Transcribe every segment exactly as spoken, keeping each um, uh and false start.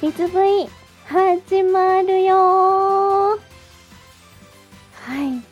いつ V 始まるよー。はい、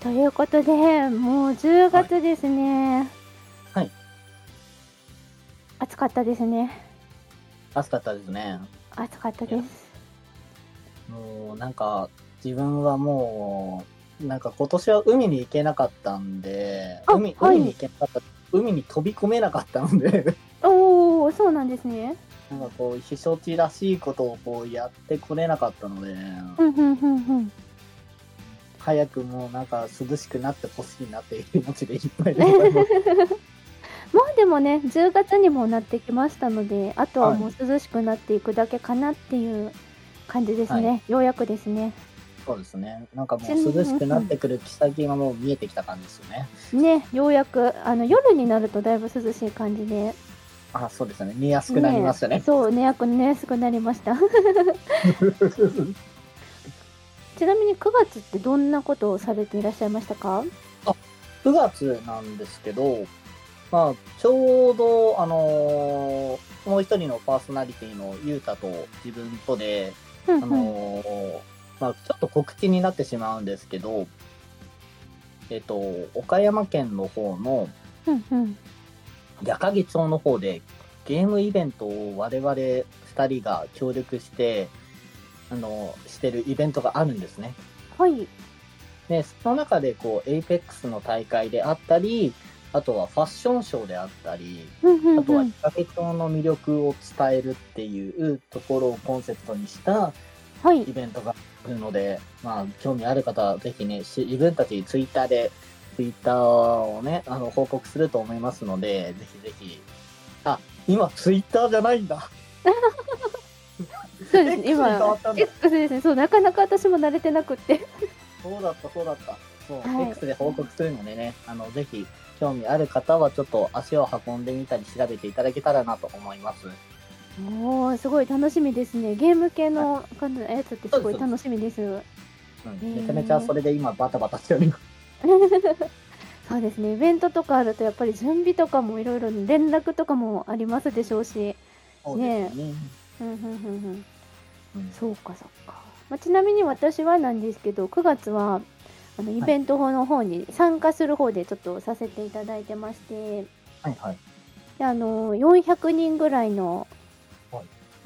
ということで、もうじゅうはい。 がつですね。 はい。 暑かったですね。 暑かったですね。 暑かったいや、 です。 もうなんか、自分はもう、なんか今年は海に行けなかったんで、 あ、 海、海にはい。 行けなかった、海に飛び込めなかったので、 おー、そうなんですね。 なんかこう、避暑地らしいことをこうやってこれなかったので、 ふんふんふんふん。 早くもうなんか涼しくなってほしいなっていう気持ちでいっぱいでございます。 もうでもね、じゅうがつにもなってきましたので、あとははい。 もう涼しくなっていくだけかなっていう感じですはい。 ね。ようやくですね。 そうですね。なんかもちんう涼しくなっうんてくる兆しがもう見えてきた感じですよね。 ね、ようやく、あの、夜になるとだいぶ涼しい感じで、 あ、そうですね。見やすくなりまねしたね。 そう、寝役寝やすくなりました。ちなみにくがつってどんなことをされていらっしゃいましたか？ あ、くがつなんですけど、まあ、ちょうど、あのーもう一人のパーソナリティのゆうたと自分とで、あふんふん。 のーまあ、ちょっと告知になってしまうんですけど、えっと、岡山県の方のふんふん。 矢掛町の方でゲームイベントを我々ふたりが協力して、あのしてるイベントがあるんですね。 はい。 で、その中でこう、エイペックスの大会であったり、あとはファッションショーであったり、 ふんふあとはんふん。 日陰町の魅力を伝えるっていうところをコンセプトにしたはい。 イベントがあるので、まあ、興味ある方はぜひね、し自分たちツイッターで、ツイッターをね、あの、報告すると思いますので、ぜひぜひ。あ、今ツイッターじゃないんだ。 そうですね、 X に変わ今、 ったんだ。 X ですね。そう、なかなか私も慣れてなくって。 そうだった、そうだった。そう、 はい。 X で報告するのでね、あの、ぜひ、興味ある方はちょっと足を運んでみたり調べていただけたらなと思います。 おー、すごい楽しみですね。ゲーム系はい、 の感じのやつってそうです、そうです。 すごい楽しみです。へうん、めちゃめちゃえ。 それで今バタバタしております。 そうですね、イベントとかあるとやっぱり準備とかもいろいろ連絡とかもありますでしょうし、 そうですねえ。 ね。 ふんふんふんふん。 うん、 そうかそうか。まあ、ちなみに私はなんですけど、くがつはあのイはい、 ベントの方に参加する方でちょっとさせていただいてまして、 はい、はい。 であのよんひゃくにんぐらいのはい、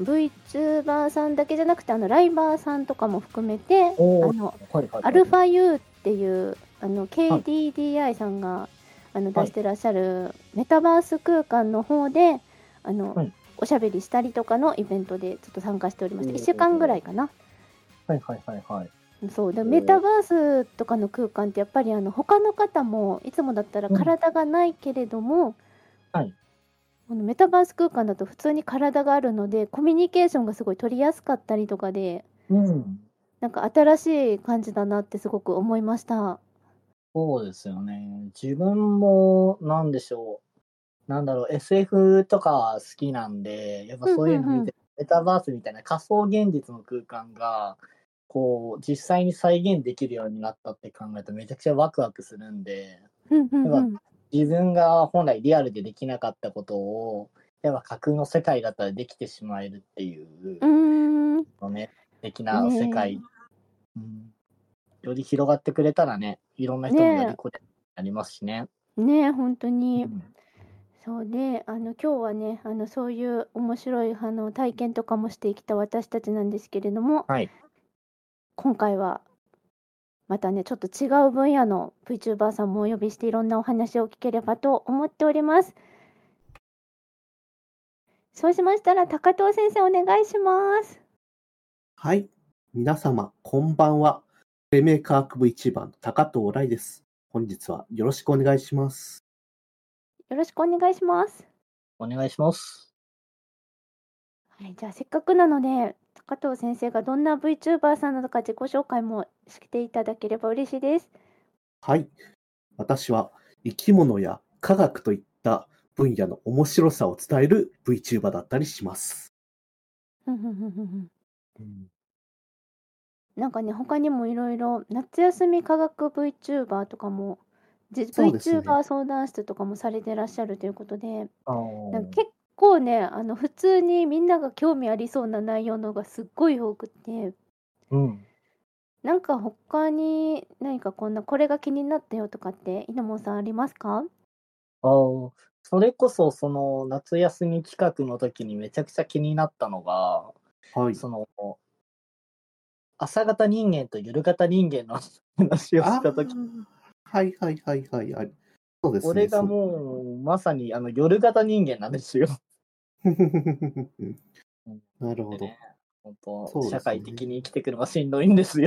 VTuber さんだけじゃなくて、あのライバーさんとかも含めて、 おー、 あのはい、はい、はい。 アルファ U っていうあのはい、 ケーディーディーアイ さんがあのはい、 出してらっしゃるメタバース空間の方であのはい。 おしゃべりしたりとかのイベントでちょっと参加しておりました。 おいっしゅうかんぐらー、 いかな。 はい、はい、はい、はい。 そうで、メおー、 タバースとかの空間ってやっぱりあの他の方もいつもだったらうん、 体がないけれども、 はい、 あのメタバース空間だと普通に体があるのでコミュニケーションがすごい取りやすかったりとかで、 うん。 なんか新しい感じだなってすごく思いました。 そうですよね。自分も、なんでしょう。なんだろう、エスエフ とか好きなんで、やっぱふんそうふんふん。 いうの見て、メタバースみたいな仮想現実の空間が、こう、実際に再現できるようになったって考えるとめちゃくちゃワクワクするんで、 ふんふんやっぱふん。 自分が本来リアルでできなかったことを、やっぱ架空の世界だったらできてしまえるっていう、 うーん。 のね、素敵な世界、 ねうん、より広がってくれたらね、いろんなえ。 人もよりねこれになりますしね。 え。ねえ、ほんとに。 うん。 そうで、あの今日はね、あのそういう面白いあの体験とかもしてきた私たちなんですけれども、 はい。 今回はまたね、ちょっと違う分野の VTuber さんもお呼びしていろんなお話を聞ければと思っております。そうしましたら高藤先生お願いします。 はい。皆様、こんばんは。生命科学部一番の高藤来です。本日はよろしくお願いします。 よろしくお願いします。 お願いします。 はい、じゃあせっかくなので、高藤先生がどんな VTuber さんなのか自己紹介もしていただければ嬉しいです。 はい。私は生き物や科学といった分野の面白さを伝える VTuber だったりします。 ふんふんふんふんふん。 うん、 なんかね、他にもいろいろ夏休み科学 VTuber とかも、じそうですね。 VTuber 相談室とかもされてらっしゃるということで、 あなんかけあ。 構ね、あの普通にみんなが興味ありそうな内容のがすっごい多くて、 うん。 なんか他に何かこんなこれが気になったよとかって稲門さんありますか？ ああ、それこそその夏休み企画の時にめちゃくちゃ気になったのが、 はい。 その朝型人間と夜型人間の話をあした時、 あ、はいはいはいはい。ありそうですね。 俺がそう。 もうまさにあの夜型人間なんですよ。うんなるほど。 でね、本当そうですね。 社会的に生きていくのがしんどいんですよ。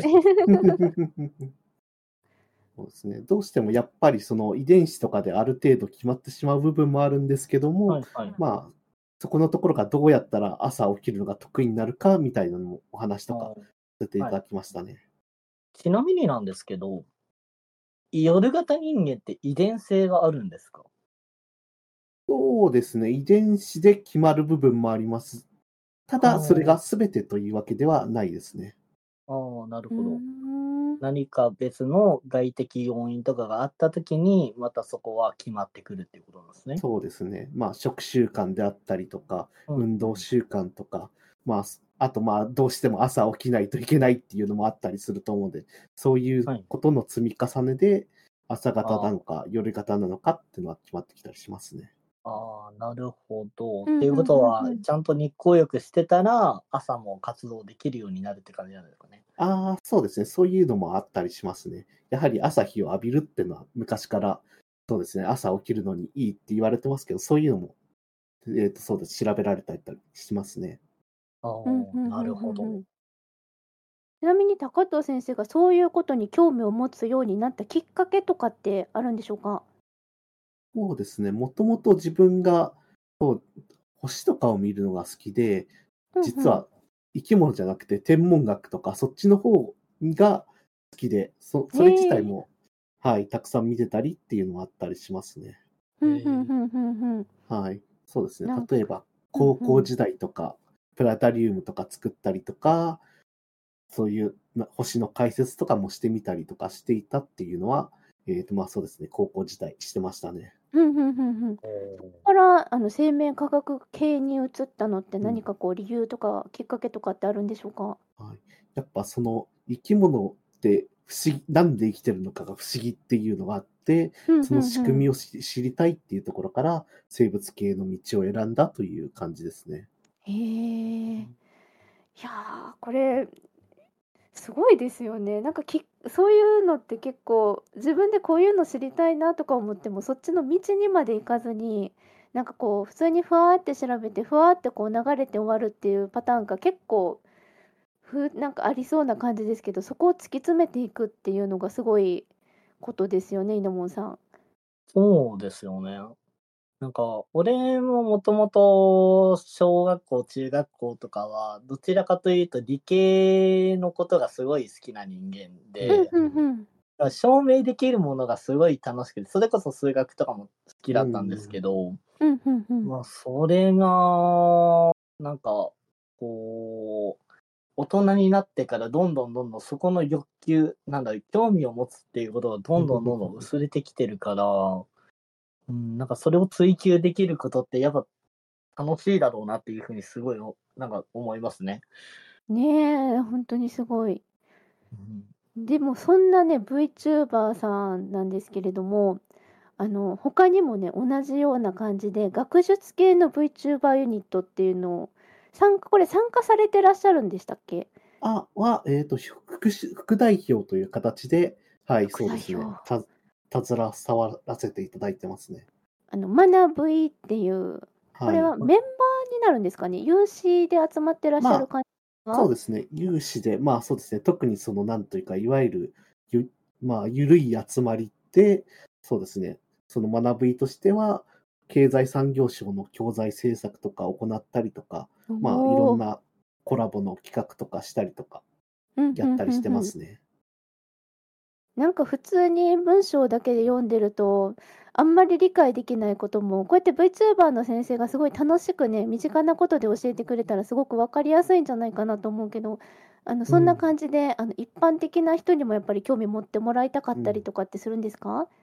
そうですね。どうしてもやっぱりその遺伝子とかである程度決まってしまう部分もあるんですけども、 はいはい。 まあ、そこのところがどうやったら朝起きるのが得意になるかみたいなのもお話とかあーさせていただきましたね。 ちなみになんですけど、夜型人間って遺伝性があるんですか？ そうですね。遺伝子で決まる部分もあります。ただ、それが全てというわけではないですね。 ああ、なるうーほど。 ん。 何か別の外的要因とかがあったときに、またそこは決まってくるっていうことなんですね。 そうですね。まあ、食習慣であったりとか、 うん運動習慣とか、まあ、あとまあ、どうしても朝起きないといけないっていうのもあったりすると思うので、そういうはい。 ことの積み重ねで、朝型なあのか夜型なのかっていうのは決まってきたりしますね。 あ、ああ、なるほど。 うんっていうことは、 うんうんうん。 ちゃんと日光浴してたら、朝も活動できるようになるって感じなんですかね。 ああ、そうですね。そういうのもあったりしますね。やはり朝日を浴びるっていうのは昔から、そうですね。朝起きるのにいいって言われてますけど、そういうのも、えっと、そうです。調べられたりしますね。 あうんうあ、 んうんなるほど。 うんうん。ちなみに高藤先生がそういうことに興味を持つようになったきっかけとかってあるんでしょうか？ そうですね。もともと自分が、そう、星とかを見るのが好きで、 うんうん。 実は生き物じゃなくて天文学とかそっちの方が好きで、そそれ自体へえ。 も、はい、たくさん見てたりっていうのはあったりしますね。 ふんふんへえ。 ふんふんふん。 はい。そうですね。 なん例えば、 うんうん。 高校時代とか、プラネタリウムとか作ったりとか、そういうな星の解説とかもしてみたりとかしていたっていうのは、えっと、まあそうですね。高校時代してましたね。 ふんふんふんふん。 おお。 から、あの、生命科学系に移ったのってうん。 何かこう理由とかきっかけとかってあるんでしょうか？ はい。やっぱその生き物って不思議、なんで生きてるのかが不思議っていうのがあって、 ふんそのふんふん。 仕組みをし知りたいっていうところから生物系の道を選んだという感じですね。 へえ。いや、これすごいですよね。なんかきそういうのって結構、自分でこういうの知りたいなとか思っても、そっちの道にまで行かずに、なんかこう普通にふわーって調べて、ふわーってこう流れて終わるっていうパターンが結構、ふなんかありそうな感じですけど、そこを突き詰めていくっていうのがすごいことですよね、稲門さん。 そうですよね。なんか、俺ももともと小学校、中学校とかは、どちらかというと理系のことがすごい好きな人間うん、 で、 ふんふん。 証明できるものがすごい楽しくて、それこそ数学とかも好きうだったんですけん。 ど、 うん、ふんふん。 まあ、それが、なんか、こう、大人になってからどんどんどんどんそこの欲求、なんだろう、興味を持つっていうことがどんどんどんどん薄れてきてるから、うん、なんかそれを追求できることってやっぱ楽しいだろうなっていうふうにすごいおなんか思いますね。 ねえ、ほんとにすごい。 うん。 でもそんなね、VTuber さんなんですけれども、あの、他にもね、同じような感じで、学術系の VTuber ユニットっていうのを、参加これ参加されてらっしゃるんでしたっけ？ あ、は、えっと、副し副代表という形で、はい、 副代そうですね。 表。 た携わらせていただいてますね。 あの、マナ V っていう、こはい。 れはメンバーになるんですかね？有志で集まってらっしまあ、 ゃる感じは？ そうですね。有志で、まあそうですね。特にその、なんというか、いわゆる、ゆまあ、ゆるい集まりで、そうですね。その学びとしては、経済産業省の教材制作とか行ったりとか、 おまあ、いろんお。 なコラボの企画とかしたりとか、 うん、ふんやったりしてふんふん。 ますね。 なんか普通に文章だけで読んでると、あんまり理解できないことも、こうやって VTuber の先生がすごい楽しくね、身近なことで教えてくれたらすごく分かりやすいんじゃないかなと思うけど、あの、そんなうん。 感じで、あの、一般的な人にもやっぱり興味持ってもらいたかったりうん。 とかってするんですか？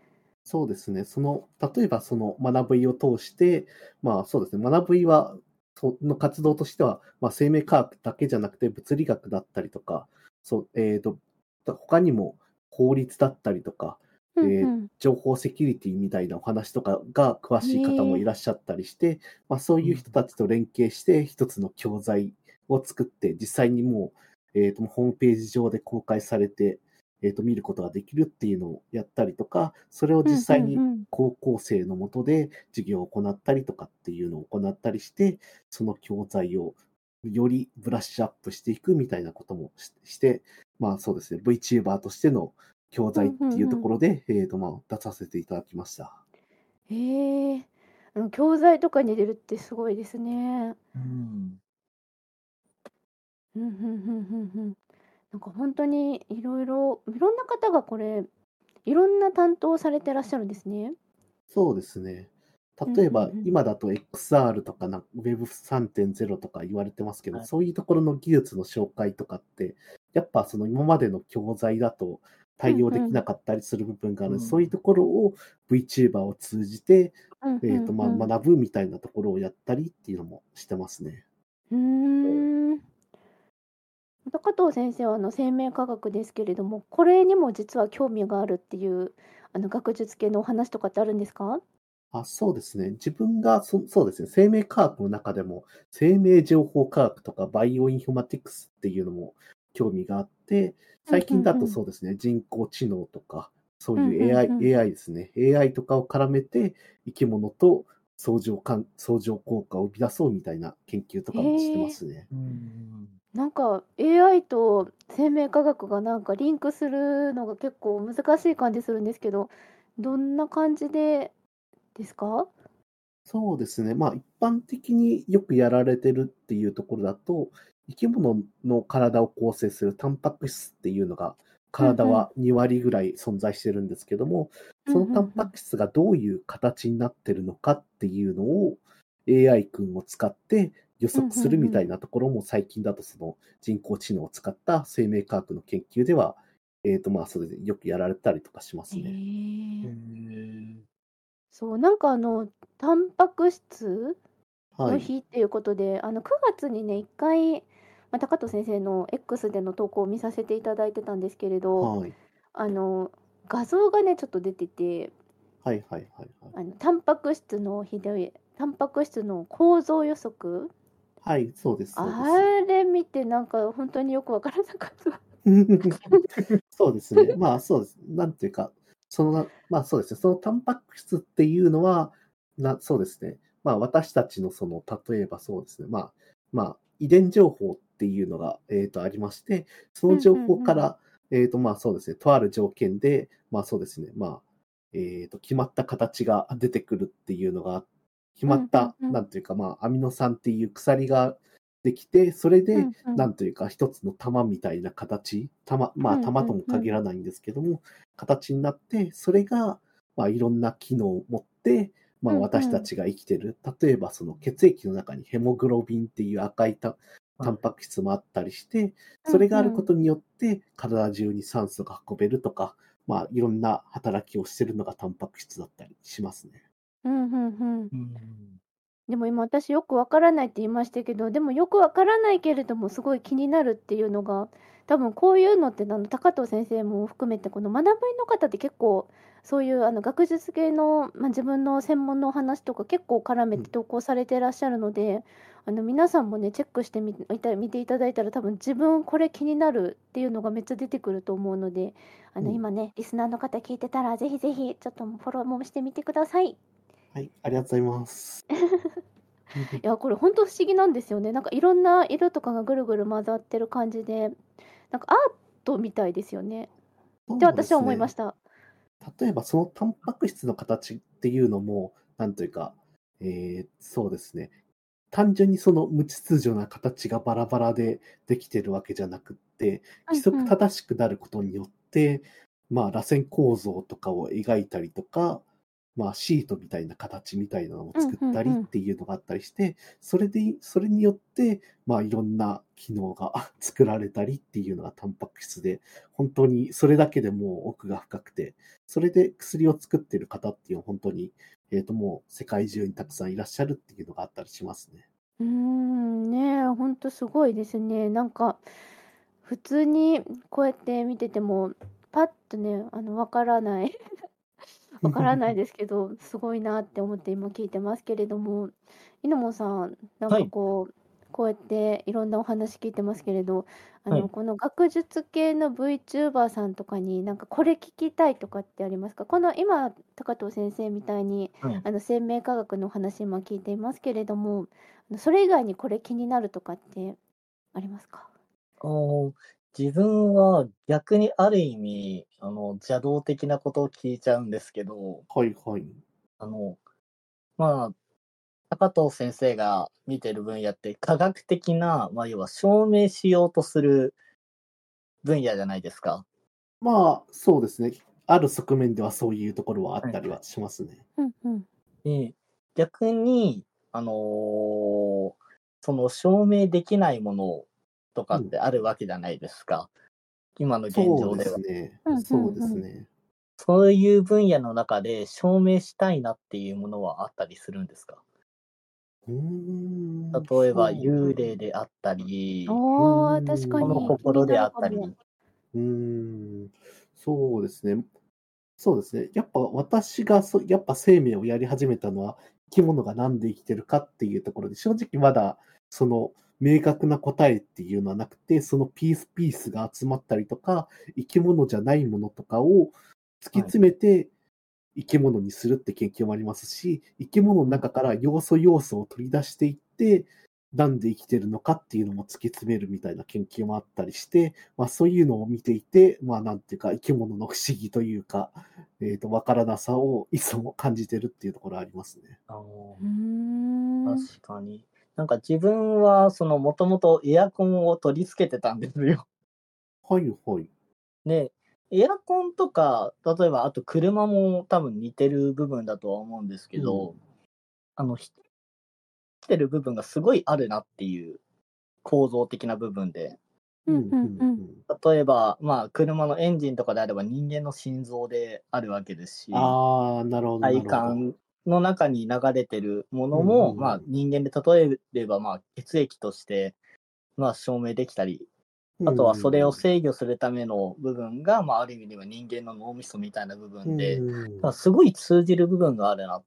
そうですね。その、例えばその学びを通して、まあそうですね。学びは、その活動としては、まあ生命科学だけじゃなくて物理学だったりとか、そう、えっと、他にも法律だったりとか、えーうんうん。 情報セキュリティみたいなお話とかが詳しい方もいへえ。 らっしゃったりして、まあそういう人たちと連携して一つの教材を作って、実際にもう、えっと、ホームページ上で公開されて、えっと、見ることができるっていうのをやったりとか、それをうんう実際にんうん。 高校生のもとで授業を行ったりとかっていうのを行ったりして、その教材をよりブラッシュアップしていくみたいなこともしして、まあそうですね、VTuber としての教材っうんうていうとんうん。 ころで、えっと、まあ、出させていただきました。 へえ。あの、教材とかに出るってすごいですね。 うん。 うん、ふんふんふんふん。なんかほんとにいろいろいろんな方がこれ、いろんな担当をされてらっしゃるんですね。 そうですね。 うん、 例えば、 ふんふん。 今だと エックスアール とかな ウェブさんてんゼロ とか言われてますけど、 はい。 そういうところの技術の紹介とかって、やっぱその今までの教材だと対応できなうんうん。 かったりする部分がある、 うん。 そういうところを VTuber を通じて、 うん、ふえっと、ま、 んふん。 学ぶみたいなところをやったりっていうのもしてますね。 ふーん。また加藤先生はあの生命科学ですけれども、これにも実は興味があるっていう、あの学術系のお話とかってあるんですか？ あ、そうですね。自分が、そそうですね、生命科学の中でも、生命情報科学とかバイオインフォマティクスっていうのも興味があって、 うん、 最近だとふんふん。 そうですね、人工知能とか、そううん、ふいうん AI ふん。 エーアイ ですね。エーアイ とかを絡めて、生き物と相乗関相乗効果を生み出そうみたいな研究とかもしてへえ。 ますね。 うん。 なんか エーアイ と生命科学がなんかリンクするのが結構難しい感じするんですけど、どんな感じでですか？ そうですね。まあ、一般的によくやられてるっていうところだと、生き物の体を構成するタンパク質っていうのが、 うんうん。 体はに割ぐらい存在してるんですけども、 うん、 そのふんふん。 タンパク質がどういう形になってるのかっていうのを エーアイ 君を使って予うん、 測ふんふん。 するみたいなところも最近だとその人工知能を使った生命科学の研究では、えっと、まあ、それでよくやられたりとかしまへすね。 へえ。 え。 そう、なんかあの、タンパク質のはい。 日っていうことで、あのくがつにね、いっかい、ま、高藤先生の X での投稿を見させていただいてたんですけれど、 はい。 あの、画像がね、ちょっと出てて、 はいはいはいはい。 あの、タンパク質の比でタンパク質の構造予測、 はい、そうですそうであす。 れ見てなんかほんとによくわからなかった。 そうですね。まあ、そうです。なんていうか、そのなまあ、そうですね。そのタンパク質っていうのは、なそうですね。まあ、私たちのその、例えばそうですね。まあ、まあ、遺伝情報っていうのが、えっと、ありまして、そうん、 の情ふんふん。 報から、えっと、まあ、そうですね。とある条件で、まあ、そうですね。まあ、えっと、決まった形が出てくるっていうのが、決うん、 まった、 ふんふん。 なんていうか、まあ、アミノ酸っていう鎖ができて、それで、 うん、ふん。 なんというか、一つの玉みたいな形、玉まあ、 ふんふ玉ともんふん。 限らないんですけども、形になって、それが、まあ、いろんな機能を持って、まあ、 うん、ふん。 私たちが生きてる。例えば、その血液の中にヘモグロビンっていう赤いたタンはい。 パク質もあったりして、 うん、 それがあるふん。 ことによって、体中に酸素が運べるとか、まあ、いろんな働きをしてるのがタンパク質だったりしますね。 うん、ふんふん。 うん。 でも今私よくわからないって言いましたけど、でもよくわからないけれどもすごい気になるっていうのが、多分こういうのってあの高藤先生も含めてこの学びの方って結構そういうあの学術系の、まあ、自分の専門のお話とか結構絡めうん。 て投稿されていらっしゃるので、あの皆さんもねチェックしてみいた見ていただいたら多分自分これ気になるっていうのがめっちゃ出てくると思うので、あうん。 の今ねリスナーの方聞いてたらぜひぜひちょっとフォローもしてみてください。 はい、ありがとうございます。うんうん。 いや、これほんと不思議なんですよね。なんかいろんな色とかがぐるぐる混ざってる感じで、なんかアートみたいですよねってそうで私はすね。 思いました。 例えばそのタンパク質の形っていうのも、なんというか、えーそうですね。単純にその無秩序な形がバラバラでできてるわけじゃなくって、規則うんうん。 正しくなることによって、まあ、螺旋構造とかを描いたりとか、 まあ、シートみたいな形みたいなのをうん作ったりっうんうん。 ていうのがあったりして、それで、それによって、まあ、いろんな機能が作られたりっていうのがタンパク質で、本当にそれだけでもう奥が深くて、それで薬を作ってる方っていうのは本当に、えっと、もう世界中にたくさんいらっしゃるっていうのがあったりしますね。 うーん、ねえ、ほんとすごいですね。なんか、普通にこうやって見てても、パッとね、あの、わからないわからないですけど、すごいなって思って今聞いてますけれども、稲門さん、なんはい、 かこう、こうやっていろんなお話聞いてますけれど、あの、 はい。 この学術系の VTuber さんとかに、なんかこれ聞きたいとかってありますか？この今、高藤先生みたいに、 はい。 あの、生命科学のお話今聞いていますけれども、あの、それ以外にこれ気になるとかってありますか？ あの、自分は逆にある意味、あの、邪道的なことを聞いちゃうんですけど、 はいはい。 あの、まあ、高藤先生が見てる分野って科学的な、まあ、要は証明しようとする分野じゃないですか。 まあ、そうですね。ある側面ではそういうところはあはいはい。 ったりはしますね。 うんうん。 で、逆に、あのーその証明できないものとかうん。 ってあるわけじゃないですか。今の現そうで状では。 すね。 うんうそうんうん。 ですね。 そういう分野の中で証明したいなっていうものはあったりするんですか？ うーん、 例えばそう。 幽霊であったり、 うーああ、確か人のん、 に気に心でなるかも。 あったり。 うーん、そうですね。そうですね。やっぱ私がそやっぱ生命をやり始めたのは、生き物がなんで生きてるかっていうところで、正直まだその明確な答えっていうのはなくて、そのピースピースが集まったりとか、生き物じゃないものとかを突きはい。 詰めて生き物にするって研究もありますし、生き物のうん。 中から要素要素を取り出していって、なんで生きてるのかっていうのも突き詰めるみたいな研究もあったりして、まあそういうのを見ていて、まあなんていうか生き物の不思議というか、えっと、わからなさをいつも感じてるっていうところありますね。 あの、 うーん。 確かに。なんか自分はそのもともとエアコンを取り付けてたんですよ。 はいはい。 で、エアコンとか、例えばあと車も多分似てる部分だとは思うんですけうん。 ど、あの、ひてる部分がすごいあるなっていう構造的な部分で。 うんうん、うん、 うんうん。 うん。 例えば、まあ、車のエンジンとかであれば人間の心臓であるわけですし、 ああ、なるほど、な体るほど。 幹の中に流れてるもうん、うのも、まあ、 ん、 人間で例えれば、まあ、血液として、まあ、証明できたり、 うん。 あとはそれをうん、 制御するための部分が、まあ、ある意味では人間の脳みそみたいな部う分で、 ん。 まあ、すごい通じる部分があるなって、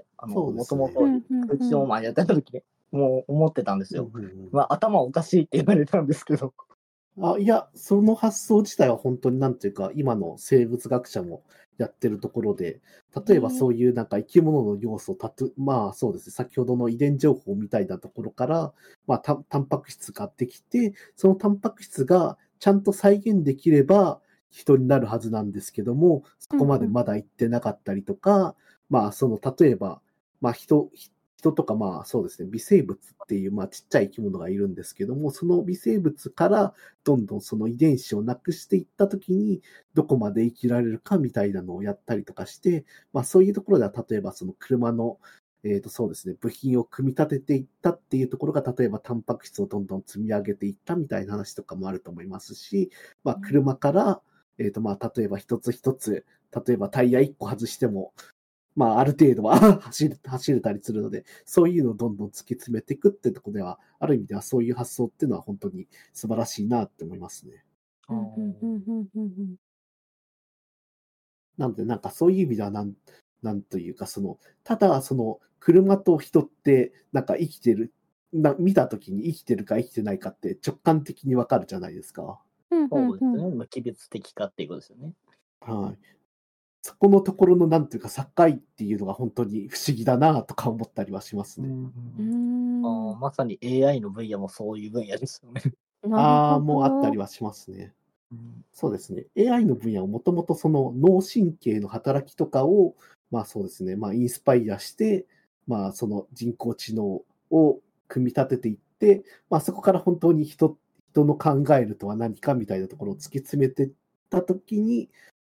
あの、 そうですね。 もともとうんうん空気うん。 をマンやってた時に、もう思ってたんですうん、 よ。 うん、うん。 まあ、頭おかしいって言われたんですけど。 あ、いや、その発想自体は本当になんていうか、今の生物学者もやってるところで、例えばへえ。 そういうなんか生き物の要素、たとまあそうですね、先ほどの遺伝情報みたいなところから、まあタンタンパク質ができて、そのタンパク質がちゃんと再現できれば人になるはずなんですけども、そこまでうんうん。 まだ行ってなかったりとか、まあその例えば、まあ人、人とかまあそうですね、微生物っていうまあちっちゃい生き物がいるんですけども、その微生物からどんどんその遺伝子をなくしていったときに、どこまで生きられるかみたいなのをやったりとかして、まあそういうところでは、例えばその車の、えっとそうですね、部品を組み立てていったっていうところが、例えばタンパク質をどんどん積み上げていったみたいな話とかもあると思いますし、まあ車から、えっとまあ例えば一つ一つ、例えばタイヤ一個外しても、まあ、ある程度は走る、走れたりするので、そういうのをどんどん突き詰めていくってところでは、ある意味ではそういう発想っていうのは本当に素晴らしいなって思いますね。 うん、ふんふんふんふんふん。 なので、なんかそういう意味では、なん、なんというか、その、ただ、その、車と人って、なんか生きてる、な、見たときに生きてるか生きてないかって直感的にわかるじゃないですか。 うん、ふんふん。 そうですね。無機別的かっていうことですよね。 はい。そこのところの、なんていうか、境っていうのが本当に不思議だなとか思ったりはしますね。 うん。 うーああ、 ん。 まさに エーアイ の分野もそういう分野ですよね。 ああ、 なるほもうあったりど。 はしますね。 うん。 そうですね。エーアイ の分野はもともとその脳神経の働きとかを、まあそうですね、まあインスパイアして、まあその人工知能を組み立てていって、まあそこから本当に人、人の考えるとは何かみたいなところを突き詰めていったときに、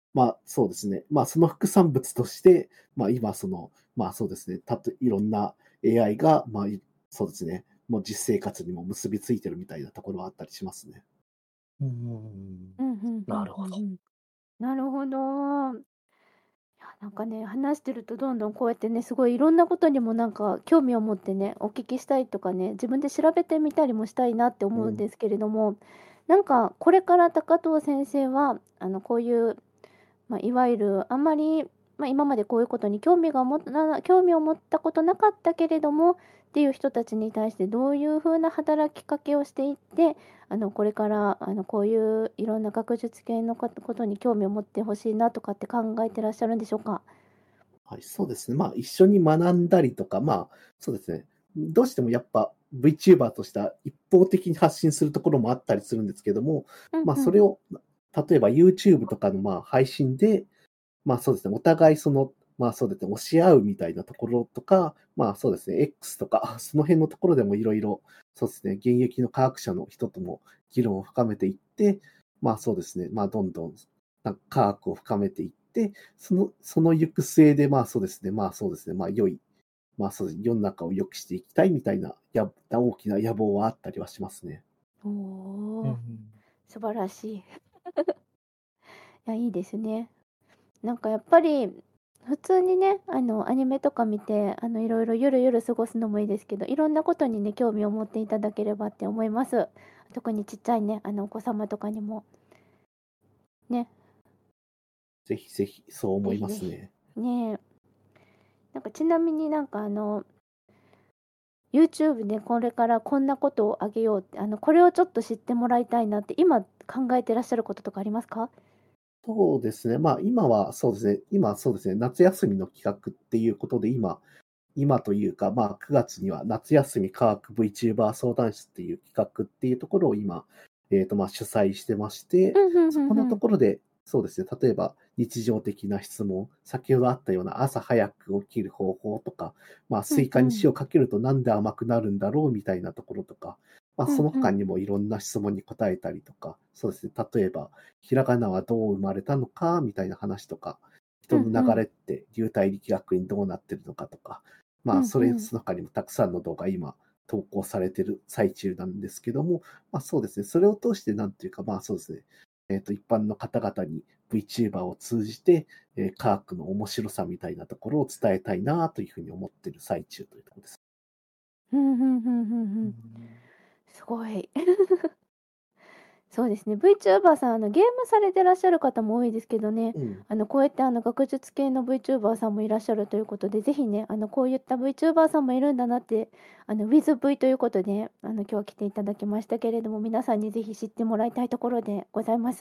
まあそうですね。まあその副産物として、まあ今その、まあそうですね。たと、いろんな エーアイ が、まあいそうですね。もう実生活にも結びついてるみたいなところはあったりしますね。 うんうんうん、ふんふんなるほど。 ふんふん。なるほど。いや、なんかね、話してるとどんどんこうやってね、すごいいろんなことにもなんか興味を持ってね、お聞きしたいとかね、自分で調べてみたりもしたいなって思うんうん。 ですけれども、なんかこれから高藤先生は、あの、こういうまあ、いわゆるあんまり、まあ、今までこういうことに興味がもな興味を持ったことなかったけれどもっていう人たちに対してどういう風な働きかけをしていって、あの、これからあの、こういういろんな学術系のことことに興味を持ってほしいなとかって考えてらっしゃるんでしょうか？ はい、そうですね。まあ一緒に学んだりとか、まあそうですね。どうしてもやっぱ VTuber としては一方的に発信するところもあったりするんですけども、 うんうん。 まあそれを、例えば YouTube とかのまあ配信で、まあそうですね。お互いその、まあそうですね。教え合うみたいなところとか、まあそうですね。X とか、その辺のところでもいろいろ、そうですね。現役の科学者の人とも議論を深めていって、まあそうですね。まあどんどんなんか科学を深めていって、その、その行く末で、まあそうですね。まあそうですね。まあ良い、まあそうですね。世の中を良くしていきたいみたいな、や、大きな野望はあったりはしますね。 おうんうお、 ん素晴らしい。いや、いいですね。なんかやっぱり、普通にね、あの、アニメとか見て、あの、いろいろゆるゆる過ごすのもいいですけど、いろんなことにね、興味を持っていただければって思います。特にちっちゃいね、あの、お子様とかにも。ね、 ぜひぜひ、そう思いぜひぜひ。 ますね。 ねえ。なんかちなみになんかあの、YouTube でこれからこんなことをあげようって、あの、これをちょっと知ってもらいたいなって今考えてらっしゃることとかありますか？ そうですね。まあ、今はそうですね。今そうですね。夏休みの企画っていうことで、今、今というか、まあ、くがつには夏休み科学 VTuber 相談室っていう企画っていうところを今、えっと、まあ、主催してまして、 うん、ふんそこのふんふん。 ところで、そうですね。例えば、日常的な質問、先ほどあったような朝早く起きる方法とか、まあ、 うんうん。 スイカに塩かけるとなんで甘くなるんだろうみたいなところとか、まあ、そのうんうん。 他にもいろんな質問に答えたりとか、そうですね。例えば、ひらがなはどう生まれたのかみたいな話とか、人の流うんうん。 れって流体力学にどうなってるのかとか、 うまあ、それ、 んうん。 その他にもたくさんの動画今投稿されてる最中なんですけども、まあそうですね。それを通してなんていうか、まあそうですね。えっと、一般の方々に VTuber を通じて、えー科学の面白さみたいなところを伝えたいなというふうに思ってる最中というところです。 ふんふんふんふんふん。 うんすごい。そうですね。VTuber さん、あの、ゲームされてらっしゃる方も多いですけどね、 うん。 あの、こうやってあの、学術系の VTuber さんもいらっしゃるということで、ぜひね、あの、こういった VTuber さんもいるんだなって、あの、WithV ということで、あの、今日は来ていただきましたけれども、皆さんにぜひ知ってもらいたいところでございます。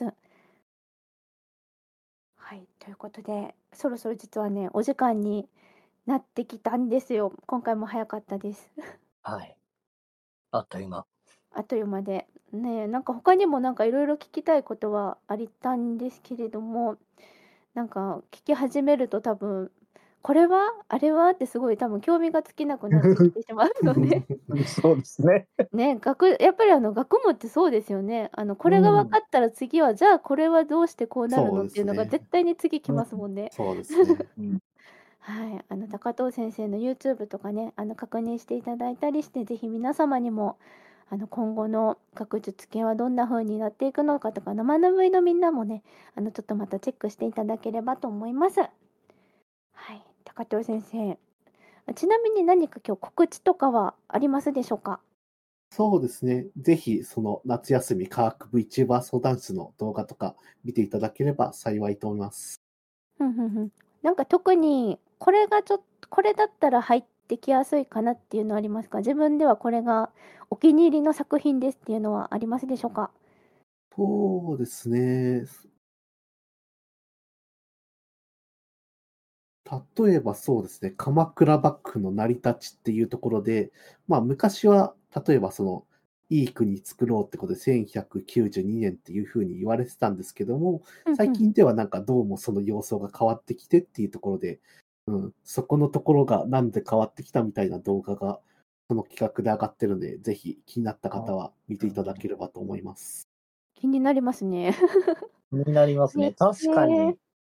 はい、ということで、そろそろ実はね、お時間になってきたんですよ。今回も早かったです。 はい。あっという間。 あっという間で。ねえ、なんか他にもなんかいろいろ聞きたいことはありたんですけれども、なんか聞き始めると多分、これはあれはってすごい多分興味が尽きなくなってきてしまうので、 そうですね。 ね、学やっぱりあの学問ってそうですよね。あのこうれが分かん。 ったら次は、じゃあこれはどうしてこうなるそうでのっていうのがすね。 絶対に次来うんますもんね。 そうですね。 うん。 はい、あの高藤先生の YouTube とかね、あの確認していただいたりして、ぜひ皆様にもあの今後の学術系はどんな風になっていくのかとか、生ぬるいのみんなもね、あのちょっとまたチェックしていただければと思います。はい、高藤先生。ちなみに何か今日告知とかはありますでしょうか？ そうですね。ぜひ、その夏休み科学 VTuber 相談室の動画とか見ていただければ幸いと思います。 ふんふんふん。なんか特にこれがちょっとこれだったら入ってきやすいかなっていうのはありますか？自分ではこれがお気に入りの作品ですっていうのはありますでしょうか？ そうですね。例えばそうですね、鎌倉幕府の成り立ちっていうところで、まあ昔は、例えばその、いい国作ろうってことでせんひゃくきゅうじゅうにねんっていうふうに言われてたんですけども、 うんうん。 最近ではなんかどうもその様相が変わってきてっていうところで、うん、そこのところがなんで変わってきたみたいな動画が、その企画で上がってるので、ぜひ気になった方は見ていただければと思います。 気になりますね。 気になりますねね。確かね。 に、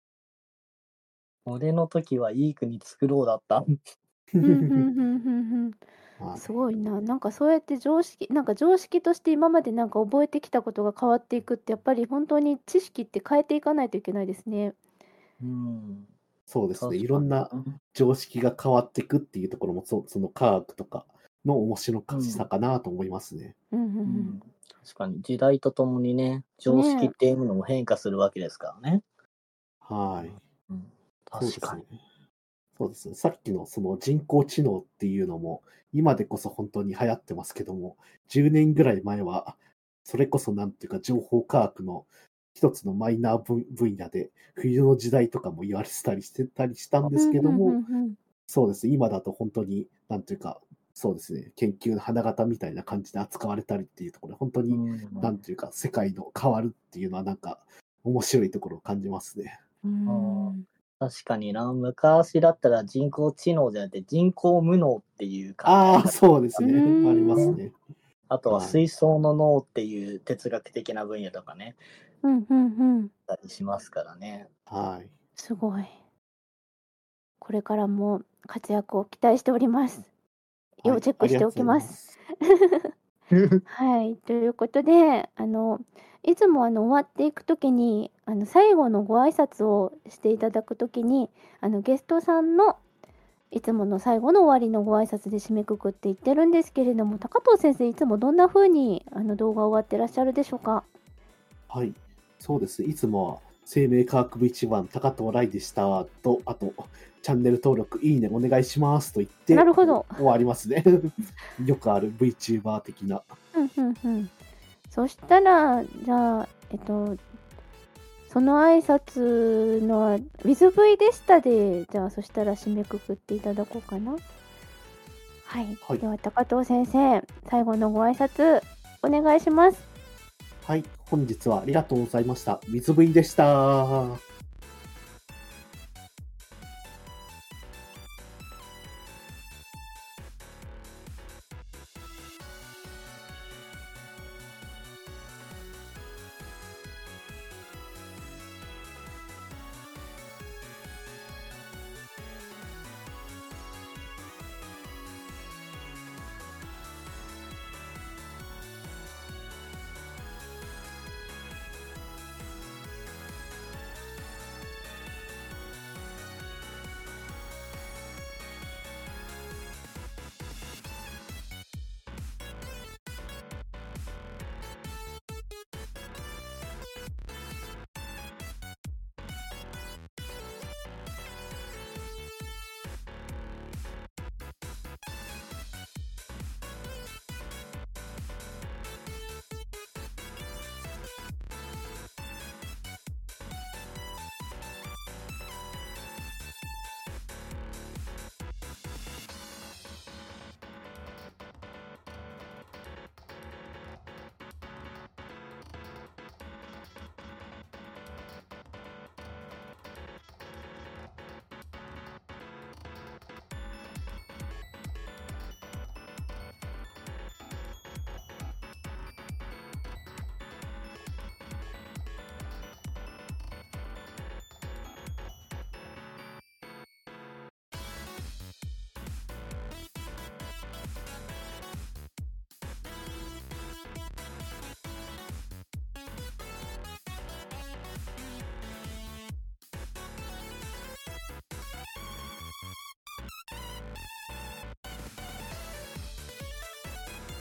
俺の時はいい国作ろうだった。 ふんふんふんふんふん。 はい。 すごいな。なんかそうやって常識なんか常識として今までなんか覚えてきたことが変わっていくって、やっぱり本当に知識って変えていかないといけないですね。 うん。 そうですね。い確かに。 ろんな常識が変わっていくっていうところも、そその科学とかの面白うん。 さかなと思いますね。 うんうんう。 うんん。確かに時代とともにね、常識っねていうものも変化するわけですからね。 はい。 うん。 そうです確かに。 ね。そうですね。さっきのその人工知能っていうのも、今でこそ本当に流行ってますけども、じゅうねんぐらい前は、それこそなんていうか情報科学の一つのマイナー分分野で、冬の時代とかも言われてたりしてたりしたんですけども、 うんうんうんうん。 そうですね。今だと本当に、なんていうか、そうですね。研究の花形みたいな感じで扱われたりっていうところで、本当うに、なんん。 ていうか、世界の変わるっていうのはなんか、面白いところを感じますね。 うーああ、 ん。 確かにな。昔だったら人工知能じゃなくて人工無能っていう考えああ、 方うそうですね。ありますーん。 ね。 あとははい。 水槽の脳っていう哲学的な分野とかね、 うんうんうん。 あったりしますからね。 はい。 すごい。これからも活躍を期待しております。 はい。 要チェックしてありがとうございおきます。 ます。 はい、ということで、あの、いつもあの終わっていくときに、あの最後のご挨拶をしていただくときに、あのゲストさんのいつもの最後の終わりのご挨拶で締めくくって言ってるんですけれども、高藤先生いつもどんな風にあの動画終わってらっしゃるでしょうか？ はい。そうですね。いつもは、生命科学部一番、高藤来でしたと、あと、チャンネル登録、いいねお願いしますと言って、 なるほど。 終わりますね。よくある VTuber 的な。 うんうんうん。そしたら、じゃあ、えっと、その挨拶のは WithV でしたで、じゃあそしたら締めくくっていただこうかな。はい。 はいでは高藤先生、最後のご挨拶お願いします。 はい。本日はありがとうございました。水 V でした。